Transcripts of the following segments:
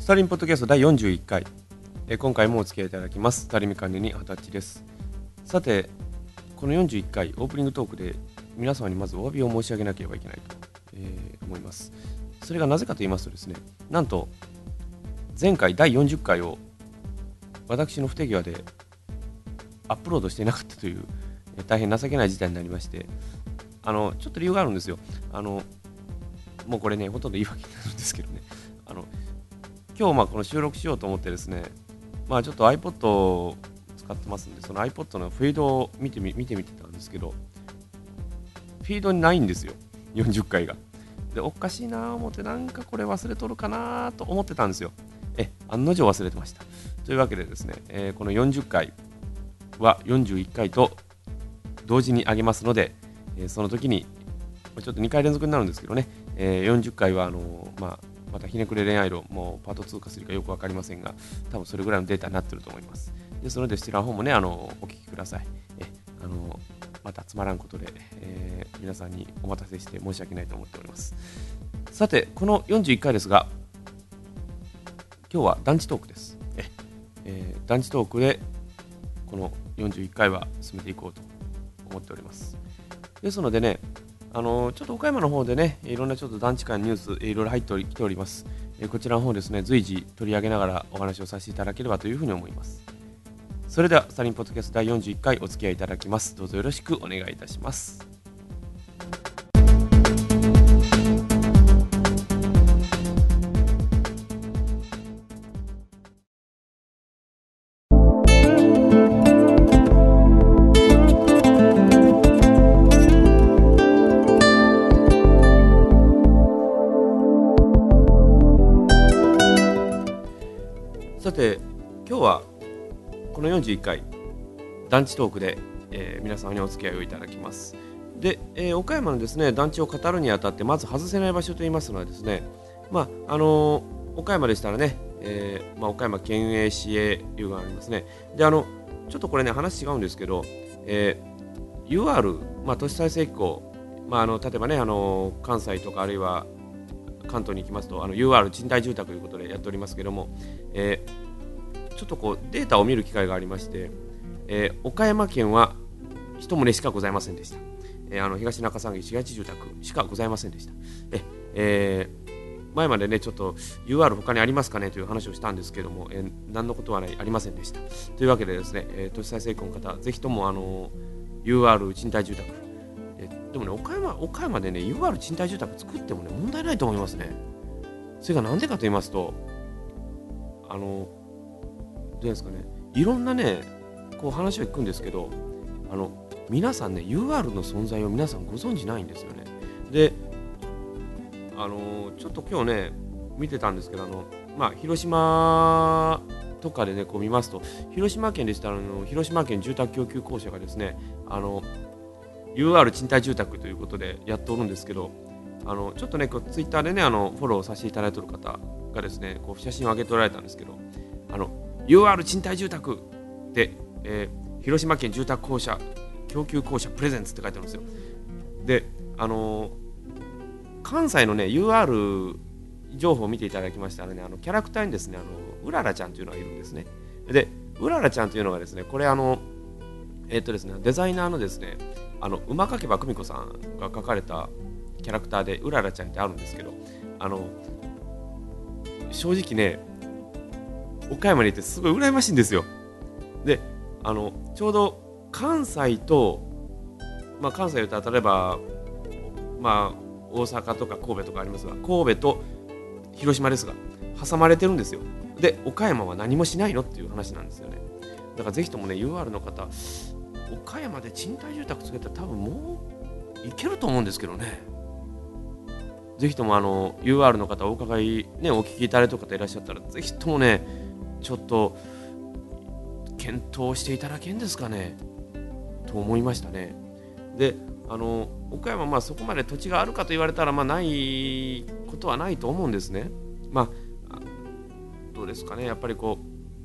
スタリンポッドキャスト第41回、今回もお付き合いいただきますスタリミカンネにハタッチです。さて、この41回オープニングトークで皆様にまずお詫びを申し上げなければいけないと、思います。それがなぜかと言いますとですね、なんと前回第40回を私の不手際でアップロードしていなかったという、大変情けない事態になりまして、ちょっと理由があるんですよ。もうこれね、ほとんど言い訳になるんですけどね、今日この収録しようと思ってですね、ちょっと iPod を使ってますんで、その iPod のフィードを見てみてたんですけど、フィードにないんですよ、40回が。で、おかしいなぁ思って、なんかこれ忘れとるかなと思ってたんですよ。案の定忘れてました。というわけでですね、この40回は41回と同時に上げますので、その時にちょっと2回連続になるんですけどね、40回はまたひねくれ恋愛論、もうパート2か3かよく分かりませんが、多分それぐらいのデータになってると思います。ですので、そちらの方もね、お聞きください。またつまらんことで、皆さんにお待たせして申し訳ないと思っております。さて、この41回ですが、今日は団地トークです。団地トークでこの41回は進めていこうと思っております。ですのでね、ちょっと岡山の方でね、いろんなちょっと団地間ニュースいろいろ入ってきております。こちらの方ですね、随時取り上げながらお話をさせていただければというふうに思います。それではスタリンポッドキャスト第41回お付き合いいただきます。どうぞよろしくお願いいたします。さて、今日はこの41回団地トークで、皆様にお付き合いをいただきます。で、岡山のですね団地を語るにあたってまず外せない場所といいますのはですね、岡山でしたらね、岡山県営市営いうがありますね。で、ちょっとこれね話違うんですけど、UR、都市再生機構、例えばね関西とかあるいは関東に行きますとUR 賃貸住宅ということでやっておりますけども、ちょっとこうデータを見る機会がありまして、岡山県は1棟しかございませんでした。東中山市街地住宅しかございませんでした。前までねちょっと UR 他にありますかねという話をしたんですけども、何のことはありませんでした。というわけでですね、都市再生機構の方ぜひともUR 賃貸住宅、でもね岡山でね UR 賃貸住宅作ってもね問題ないと思いますね。それがなんでかと言いますと、どうですかね、いろんなねこう話を聞くんですけど、皆さんね UR の存在を皆さんご存知ないんですよね。で、ちょっと今日ね見てたんですけど、広島とかでねこう見ますと、広島県でしたら広島県住宅供給公社がですねUR 賃貸住宅ということでやっておるんですけど、ちょっとねこうツイッターでねフォローさせていただいている方がですねこう写真を上げておられたんですけど、UR 賃貸住宅で、広島県住宅公社供給公社プレゼンツって書いてあるんですよ。で、関西のね UR 情報を見ていただきましたらね、キャラクターにですねうららちゃんというのがいるんですね。で、うららちゃんというのがですね、これですね、デザイナーのですね馬かけば久美子さんが描かれたキャラクターでうららちゃんってあるんですけど、正直ね岡山にいてすごい羨ましいんですよ。で、ちょうど関西と、関西で言ったら例えば、大阪とか神戸とかありますが、神戸と広島ですが挟まれてるんですよ。で、岡山は何もしないのっていう話なんですよね。だからぜひともね UR の方、岡山で賃貸住宅つけたら多分もういけると思うんですけどね。ぜひともUR の方お伺いねお聞きいただいた方いらっしゃったら、ぜひともねちょっと検討していただけんですかねと思いましたね。で、岡山そこまで土地があるかと言われたらないことはないと思うんですね。どうですかね、やっぱりこ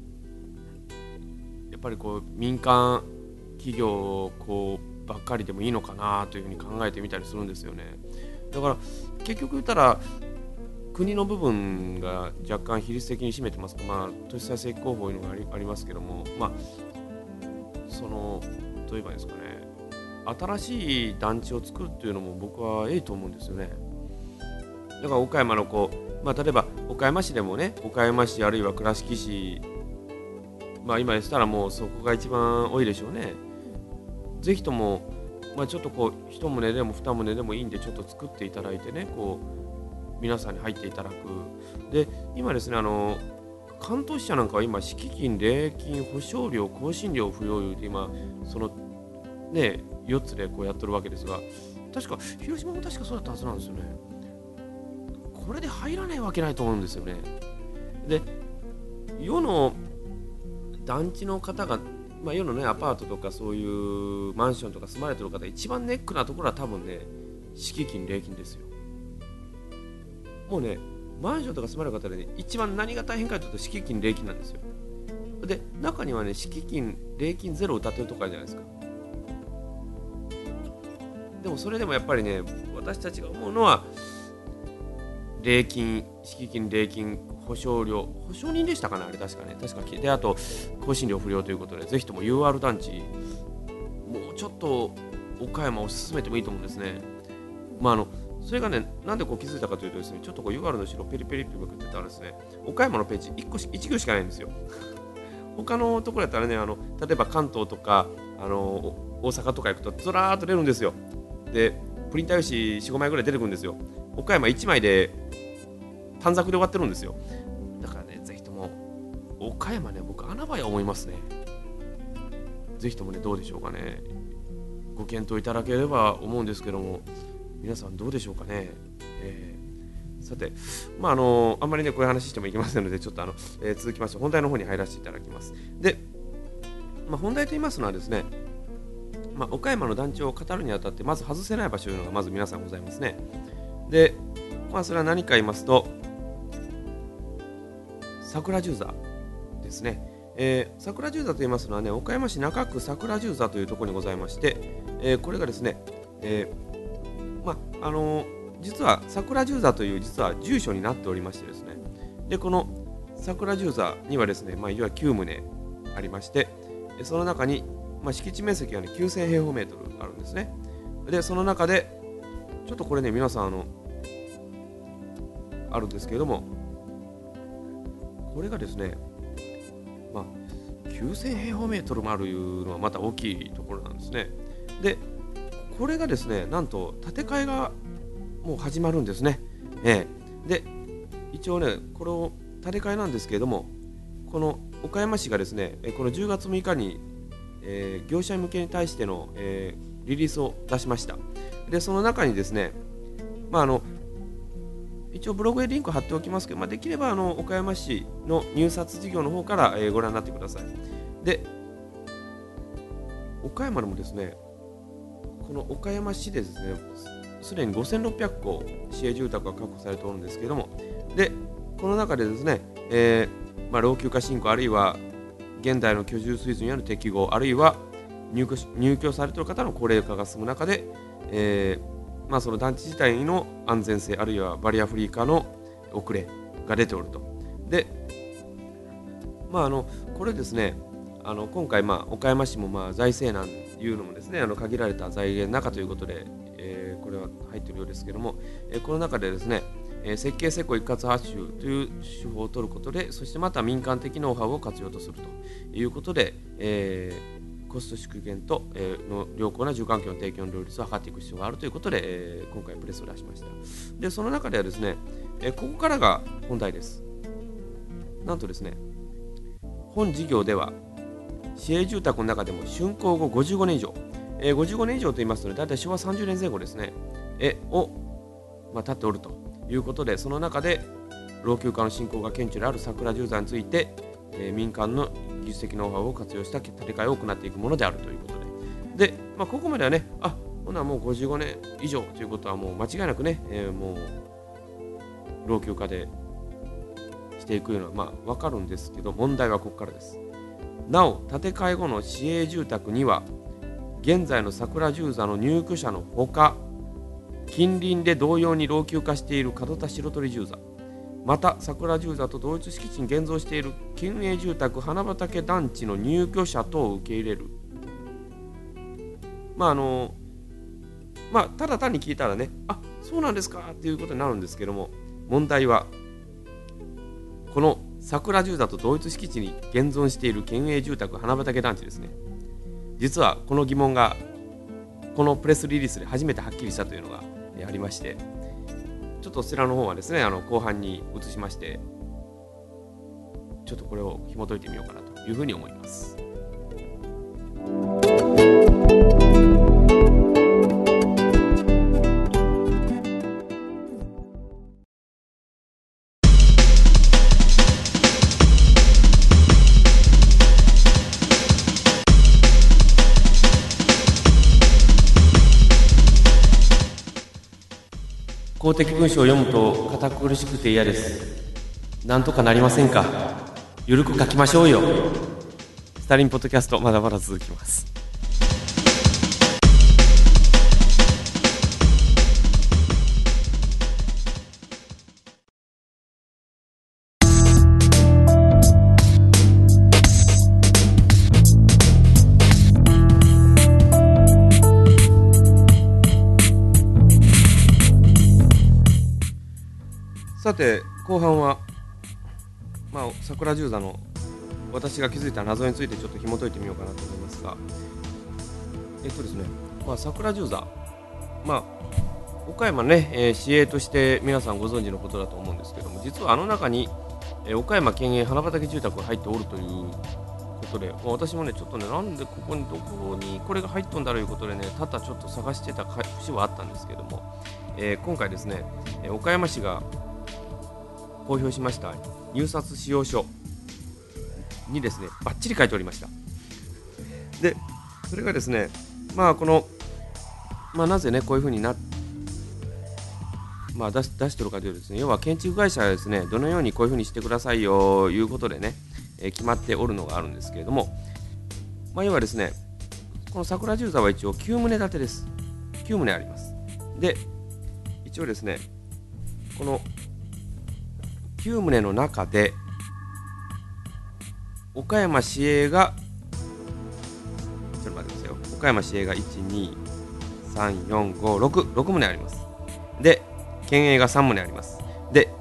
う民間企業ばっかりでもいいのかなというふうに考えてみたりするんですよね。だから結局言ったら国の部分が若干比率的に占めてますか、都市再生候補いうのがありますけども、そのどう言えばいいですかね、新しい団地を作るっていうのも僕はいいと思うんですよね。だから岡山の例えば岡山市でもね、岡山市あるいは倉敷市、今でしたらもうそこが一番多いでしょうね。ぜひとも、ちょっと一棟でも二棟でもいいんでちょっと作っていただいてね、皆さんに入っていただく。で、今ですね、関東支社なんかは今敷金、礼金、保証料、更新料不要いうて今そのね4つでやってるわけですが、確か広島も確かそうだったはずなんですよね。これで入らないわけないと思うんですよね。で、世の団地の方が、世のねアパートとかそういうマンションとか住まれてる方、一番ネックなところは多分ね敷金、礼金ですよ。もうね、マンションとか住まれる方でね、一番何が大変かというと敷金、礼金なんですよ。で、中にはね、敷金、礼金ゼロを歌ってるとこあるじゃないですか。でもそれでもやっぱりね、私たちが思うのは、礼金、敷金、礼金、保証料、保証人でしたかね、あれ確かで、あと更新料不要ということで、ぜひとも UR 団地、もうちょっと岡山を進めてもいいと思うんですね。それがね、なんで気づいたかというとですね、ちょっとUR の後ろペリペリってめくってたらですね、岡山のページ1行しかないんですよ。他のところやったらね、例えば関東とか大阪とか行くとずらーっと出るんですよ。で、プリンター用紙 4,5 枚ぐらい出てくるんですよ。岡山1枚で短冊で終わってるんですよ。だからね、ぜひとも岡山ね、僕穴場や思いますね。ぜひともね、どうでしょうかね、ご検討いただければ思うんですけども、皆さんどうでしょうかね。さて、あんまりねこういう話してもいけませんので、ちょっと続きまして本題の方に入らせていただきます。で、本題と言いますのはですね、岡山の団地を語るにあたってまず外せない場所というのがまず皆さんございますね。で、それは何か言いますと、桜十座ですね。桜十座と言いますのはね、岡山市中区桜十座というところにございまして、これがですね、実は桜十座という実は住所になっておりましてですね、でこの桜十座にはですね、いわゆる9棟ありまして、その中に、敷地面積が、ね、9000平方メートルあるんですね。でその中でちょっとこれね、皆さんあるんですけれども、これがですね、9000平方メートルもあるいうのはまた大きいところなんですね。でこれがですね、なんと建て替えがもう始まるんですね。で一応ね、これを建て替えなんですけれども、この岡山市がですね、この10月6日に、業者向けに対しての、リリースを出しました。でその中にですね、一応ブログへリンク貼っておきますけど、できれば岡山市の入札事業の方から、ご覧になってください。で、岡山でもですね、この岡山市でですね、すでに5600戸市営住宅が確保されておるんですけれども、でこの中でですね、老朽化進行、あるいは現代の居住水準にある適合、あるいは入居されている方の高齢化が進む中で、その団地自体の安全性、あるいはバリアフリー化の遅れが出ておると。で、これですね、今回、岡山市も財政難いうのもですね、限られた財源の中ということで、これは入っているようですけども、この中でですね、設計施工一括発注という手法を取ることで、そしてまた民間的ノウハウを活用とするということで、コスト縮減と、の良好な住環境の提供の両立を図っていく必要があるということで、今回プレスを出しました。でその中ではですね、ここからが本題です。なんとですね、本事業では市営住宅の中でも竣工後55年以上、55年以上と言いますと、だいたい昭和30年前後ですね、を、経っておるということで、その中で老朽化の進行が顕著である桜十座について、民間の技術的ノウハウを活用した建て替えを行っていくものであるということで、で、ここまではね、ほなもう55年以上ということはもう間違いなくね、もう老朽化でしていくのは分かるんですけど、問題はここからです。なお、建て替え後の市営住宅には現在の桜十座の入居者のほか、近隣で同様に老朽化している門田白鳥十座、 また桜十座と同一敷地に現存している県営住宅花畑団地の入居者等を受け入れる。ただ単に聞いたらね、あ、そうなんですかっていうことになるんですけども、問題はこの桜十座と同一敷地に現存している県営住宅花畑団地ですね。実はこの疑問がこのプレスリリースで初めてはっきりしたというのがありまして、ちょっとそちらの方はですね、後半に移しまして、ちょっとこれを紐解いてみようかなというふうに思います。公的文書を読むと堅苦しくて嫌です。なんとかなりませんか。ゆるく書きましょうよ。スタリンポッドキャスト、まだまだ続きます。さて後半は、桜十座の私が気づいた謎についてちょっと紐解いてみようかなと思いますが、ですね、桜十座、岡山ね、市営として皆さんご存知のことだと思うんですけども、実はあの中に、岡山県営花畑住宅が入っておるということで、私もねちょっとね、なんでここにどこにこれが入っとんだろうということでね、多々ちょっと探してた節はあったんですけども、今回ですね、岡山市が公表しました入札使用書にですね、バッチリ書いておりました。で、それがですね、なぜねこういうふうに出してるかというとですね、要は建築会社がですね、どのようにこういうふうにしてくださいよということでね、決まっておるのがあるんですけれども、要はですね、この桜十座は一応9棟建てです。9棟あります。で、一応ですね、この9棟の中で岡山市営が岡山市営が1,2,3,4,5,6棟あります。で、県営が3棟あります。で、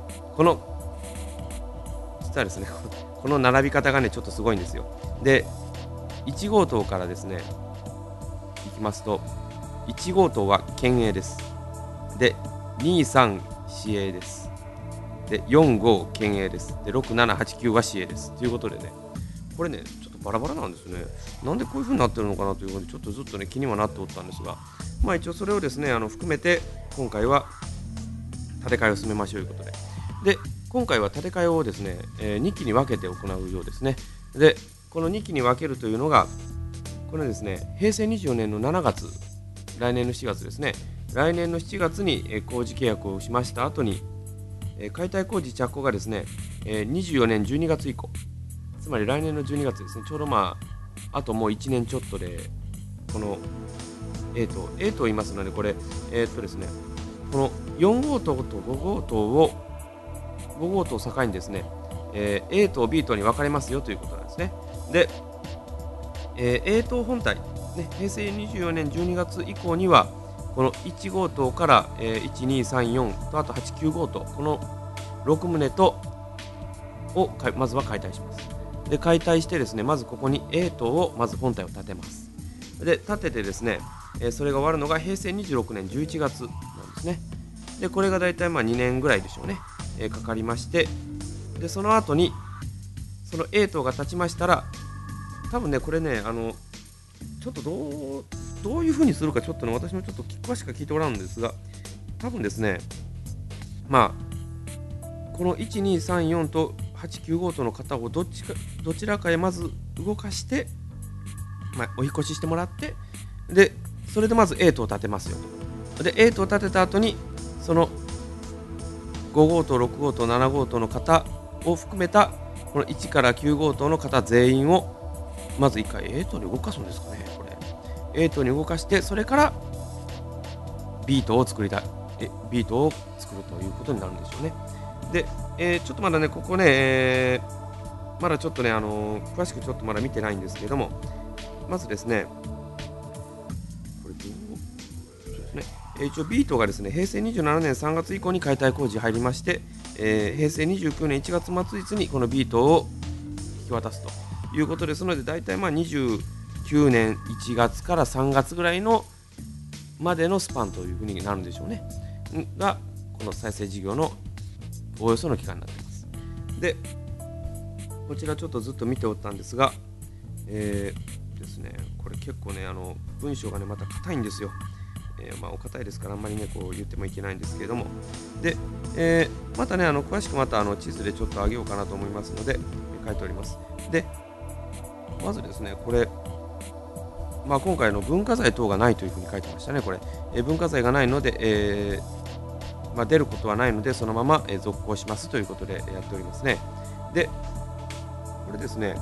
実はですね、この並び方がねちょっとすごいんですよ。で、1号棟からですねいきますと、1号棟は県営です。で、2、3市営です。で、4、5県営です。で、6、7、8、9は市営です。ということでね、これね、ちょっとバラバラなんですね。なんでこういう風になってるのかなということで、ちょっとずっとね、気にはなっておったんですが、一応それをですね、含めて、今回は建て替えを進めましょうということで。で、今回は建て替えをですね、2期に分けて行うようですね。で、この2期に分けるというのが、これですね、平成24年の7月、来年の7月ですね、来年の7月に工事契約をしました後に、解体工事着工がですね、24年12月以降、つまり来年の12月ですね、ちょうどあともう1年ちょっとで、この A 棟と言いますので、これ、ですね、この4号棟と5号棟を境にですね、A 棟 B 棟に分かれますよということなんですね。で、A 棟本体、ね、平成24年12月以降には、この1号棟から、1、2、3、4とあと8、9号棟、この6棟をまずは解体します。で、解体してですね、まずここに A 棟をまず本体を建てます。で、建ててですね、それが終わるのが平成26年11月なんですね。で、これがだいたい2年ぐらいでしょうね、かかりまして、で、その後にその A 棟が建ちましたら、多分ね、これね、ちょっとどういう風にするかちょっとね、私もちょっと詳しく聞いておらんんですが、多分ですね、この1、2、3、4と8、9号棟の方をどちらかへまず動かして、お引越ししてもらって、で、それでまず A 棟を建てますよと。で、A 棟を建てた後に、その5号棟、6号棟、7号棟の方を含めた、この1から9号棟の方全員を、まず1回 A 棟に動かすんですかね、これ。A 棟に動かして、それから B 棟を作るということになるんでしょうね。で、 ちょっとまだね、ここね、まだちょっとね、詳しくちょっとまだ見てないんですけれども、まずですね、これそうですね、一応ビートがですね、平成27年3月以降に解体工事入りまして、平成29年1月末日にこのビートを引き渡すということですので、大体まあ29年1月から3月ぐらいのまでのスパンというふうになるんでしょうね。が、この再生事業のおおよその期間になっています。で、こちらちょっとずっと見ておったんですが、ですね、これ結構ね、文章がね、また硬いんですよ。まあ、お堅いですからあんまりね、こう言ってもいけないんですけれども。で、またね、詳しくまた地図でちょっと上げようかなと思いますので、書いております。で、まずですね、これ、まあ、今回の文化財等がないというふうに書いてましたね、これ。文化財がないので、まあ、出ることはないので、そのまま、続行しますということでやっておりますね。で、これですね、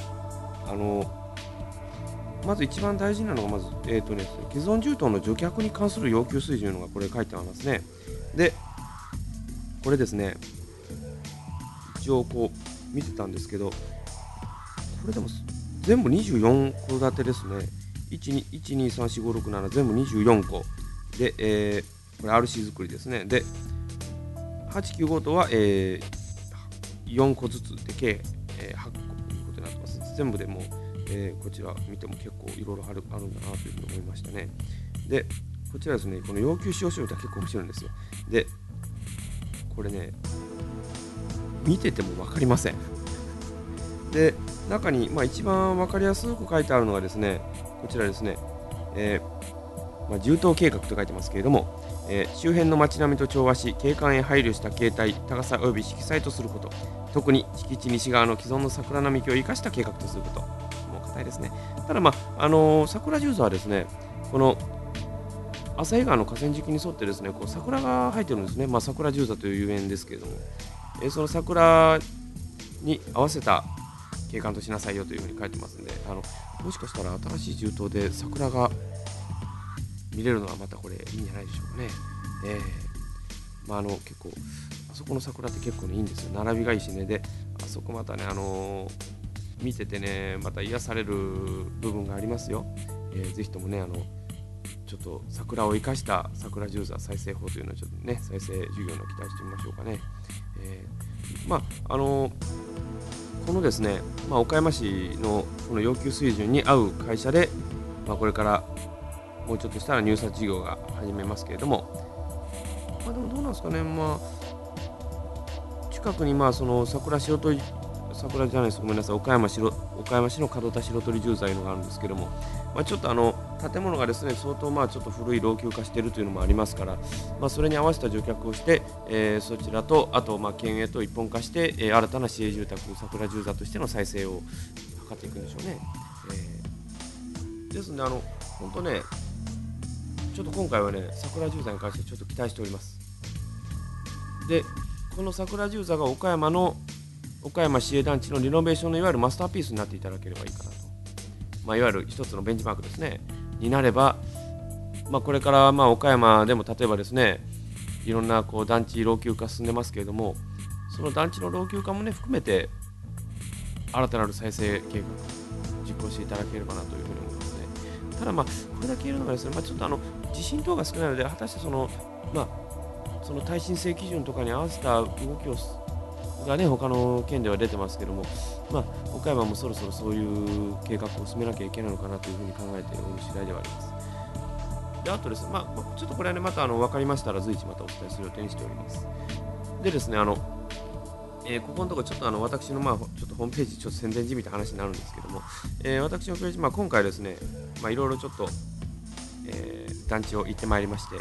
まず一番大事なのが、まず、既存銃刀の除却に関する要求水準がこれ書いてありますね。で、これですね、一応こう見てたんですけど、これでも全部24戸建てですね。1、2、3、4、5、6、7全部24個。で、これ RC 作りですね。で、8、9号棟は、4個ずつで計、8個ということになってます。全部でもう、こちら見ても結構いろいろあるんだなというふうに思いましたね。で、こちらですね、この要求使用書類が結構面白いんですよ。で、これね、見てても分かりません。で、中に、まあ、一番分かりやすく書いてあるのがですね、こちらですね、まあ、銃刀計画と書いてますけれども、周辺の街並みと調和し、景観へ配慮した形態、高さ及び色彩とすること、特に敷地西側の既存の桜並木を生かした計画とすること、もう硬いですね。ただ、まあ桜十座はですね、この旭川の河川敷に沿ってですね、こう桜が生えてるんですね、まあ、桜十座という遊園ですけれども、その桜に合わせた景観としなさいよというふうに書いてますんで、もしかしたら新しい銃刀で桜が見れるのはまたこれいいんじゃないでしょうかね。まあ、結構あそこの桜って結構ねいいんですよ。並びがいいしね。で、あそこまたね、見ててね、また癒される部分がありますよ。ぜひともね、ちょっと桜を生かした桜十座再生法というのをちょっとね、再生事業の期待してみましょうかね。まあ、このですね、まあ、岡山市のこの要求水準に合う会社で、まあ、これからもうちょっとしたら入札事業が始めますけれども、まあ、でもどうなんですかね、まあ、近くにまあその桜じゃないです、ごめんなさい、岡山市の門田白鳥十座いうのがあるんですけども、まあ、ちょっと建物がですね相当まあちょっと古い老朽化しているというのもありますから、まあ、それに合わせた除却をして、そちらとあとまあ県営と一本化して、新たな市営住宅桜十座としての再生を図っていくんでしょうね。ですので本当ね、ちょっと今回はね桜十座に関してちょっと期待しております。で、この桜十座が岡山市営団地のリノベーションのいわゆるマスターピースになっていただければいいかなと、まあ、いわゆる一つのベンチマークですねになれば、まあ、これからまあ岡山でも例えばですね、いろんなこう団地老朽化進んでますけれども、その団地の老朽化もね含めて新たなる再生計画実行していただければなというふうに思いますね。ただまあこれだけ言えるのがですね、まあ、ちょっと地震等が少ないので、果たしてその耐震性基準とかに合わせた動きをがね他の県では出てますけども、まあ、岡山もそろそろそういう計画を進めなきゃいけないのかなというふうに考えている次第ではあります。で、あとですね、まあ、ちょっとこれはねまた分かりましたら随時またお伝えする予定にしております。でですね、ここのところちょっと私のちょっとホームページちょっと宣伝じみた話になるんですけども、私のページ、今回ですね、いろいろちょっと、団地を行ってまいりまして、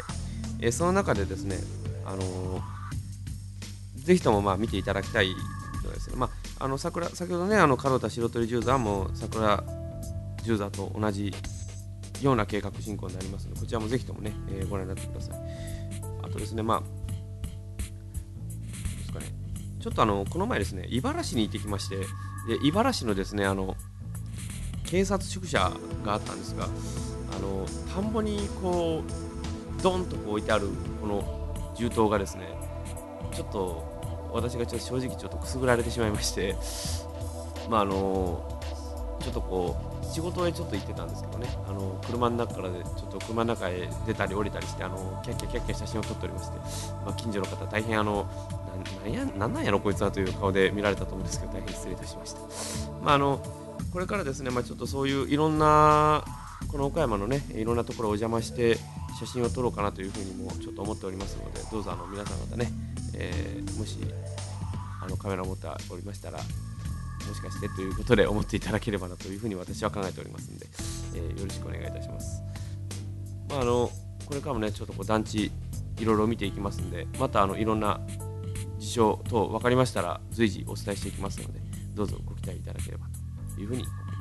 その中でですね、ぜひとも見ていただきたいのですね、先ほどね門田白鳥十座も桜十座と同じような計画進行になりますので、こちらもぜひともね、ご覧になってください。あとですね、ですかね、ちょっとこの前ですね、茨城に行ってきまして、で茨城のですね警察宿舎があったんですが、田んぼにこうドンとこう置いてあるこの銃刀がですね、ちょっと私が正直ちょっとくすぐられてしまいまして、ちょっとこう仕事へちょっと行ってたんですけどね、車の中からでちょっと車の中へ出たり降りたりしてキャッキャキャッキャ写真を撮っておりまして、近所の方大変なんなんやろこいつはという顔で見られたと思うんですけど、大変失礼いたしました。これからですね、ちょっとそういういろんなこの岡山のねいろんなところをお邪魔して写真を撮ろうかなというふうにもちょっと思っておりますので、どうぞ皆さん方ね、もしカメラを持っておりましたら、もしかしてということで思っていただければなというふうに私は考えておりますので、よろしくお願いいたします。これからもねちょっとこう団地いろいろ見ていきますので、またいろんな事象等分かりましたら随時お伝えしていきますので、どうぞご期待いただければというふうに思います。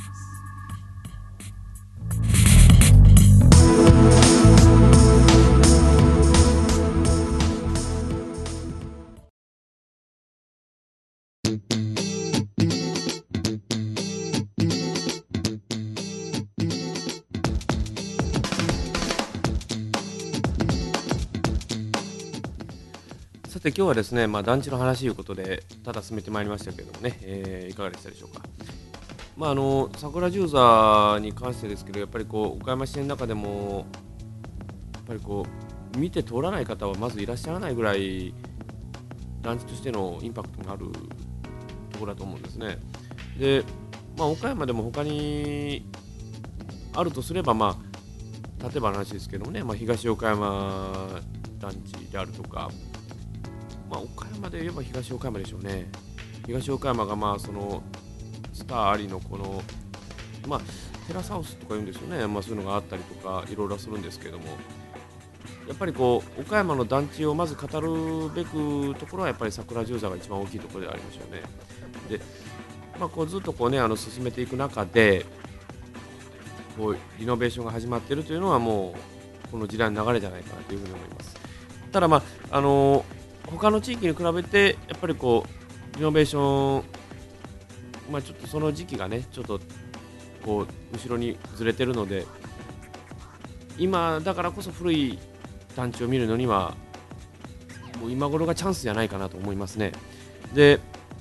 さて今日はですね、団地の話ということでただ進めてまいりましたけれどもね、いかがでしたでしょうか。桜十座に関してですけど、やっぱりこう岡山市の中でもやっぱりこう見て通らない方はまずいらっしゃらないぐらい団地としてのインパクトがあるところだと思うんですね。で、岡山でも他にあるとすれば、例えばの話ですけどもね、東岡山団地であるとか、岡山で言えば東岡山でしょうね。東岡山がそのスターありのこのテラスハウスとか言うんですよね。そういうのがあったりとかいろいろするんですけども、やっぱりこう岡山の団地をまず語るべくところはやっぱり桜十座が一番大きいところでありましょうね。で、こうずっとこうね進めていく中でこうリノベーションが始まっているというのはもうこの時代の流れじゃないかなというふうに思います。ただ他の地域に比べてやっぱりこうリノベーションちょっとその時期がねちょっとこう後ろにずれてるので、今だからこそ古い団地を見るのにはもう今頃がチャンスじゃないかなと思いますね。で、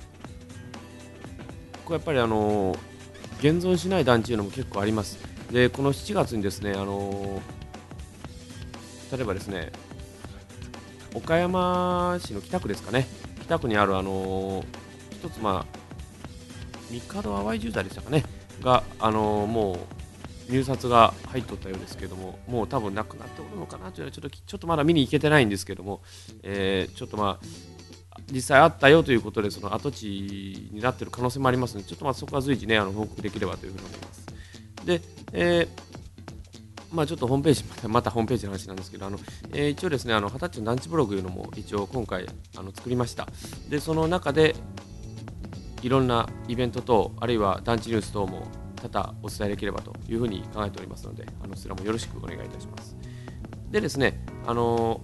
こうやっぱり現存しない団地というのも結構あります。で、この7月にですね、例えばですね、岡山市の北区ですかね、北区にある一つ三門淡い十座でしたかねがもう入札が入っとったようですけども、もう多分なくなっておるのかなというのはちょっとまだ見に行けてないんですけども、ちょっと実際あったよということでその跡地になっている可能性もありますので、ちょっとそこは随時ね報告できればというふうに思います。で、ちょっとホームページまたホームページの話なんですけど、一応ですね20歳の団地ブログいうのも一応今回作りました。で、その中でいろんなイベント等あるいは団地ニュース等も多々お伝えできればというふうに考えておりますので、そちらもよろしくお願いいたします。でですね、こ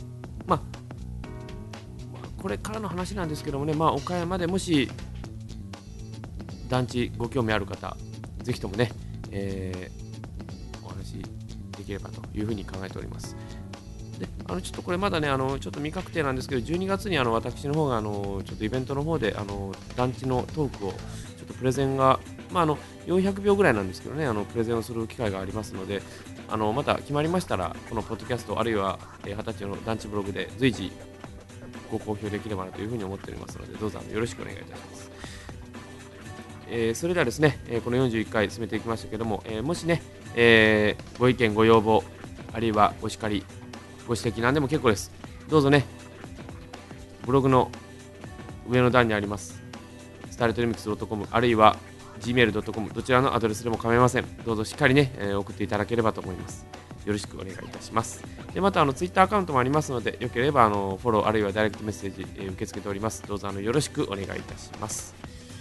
れからの話なんですけどもね、岡山でもし団地ご興味ある方、ぜひともね、お話できればというふうに考えております。で、ちょっとこれまだねちょっと未確定なんですけど、12月に私の方がちょっとイベントの方で団地のトークをちょっとプレゼンが400秒ぐらいなんですけどね、プレゼンをする機会がありますので、また決まりましたらこのポッドキャストあるいは20歳の団地ブログで随時ご公表できればなというふうに思っておりますので、どうぞよろしくお願いいたします。それではですね、この41回進めていきましたけども、もしね、ご意見ご要望あるいはご叱りご指摘何でも結構です。どうぞね、ブログの上の段にありますスターレットリミックス .com あるいは gmail.com どちらのアドレスでも構いません。どうぞしっかりね、送っていただければと思います。よろしくお願いいたします。で、またツイッターアカウントもありますので、よければフォローあるいはダイレクトメッセージ、受け付けております。どうぞよろしくお願いいたします。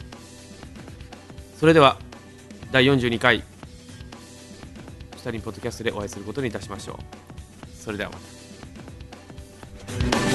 それでは第42回2人ポッドキャストでお会いすることにいたしましょう。それではまた。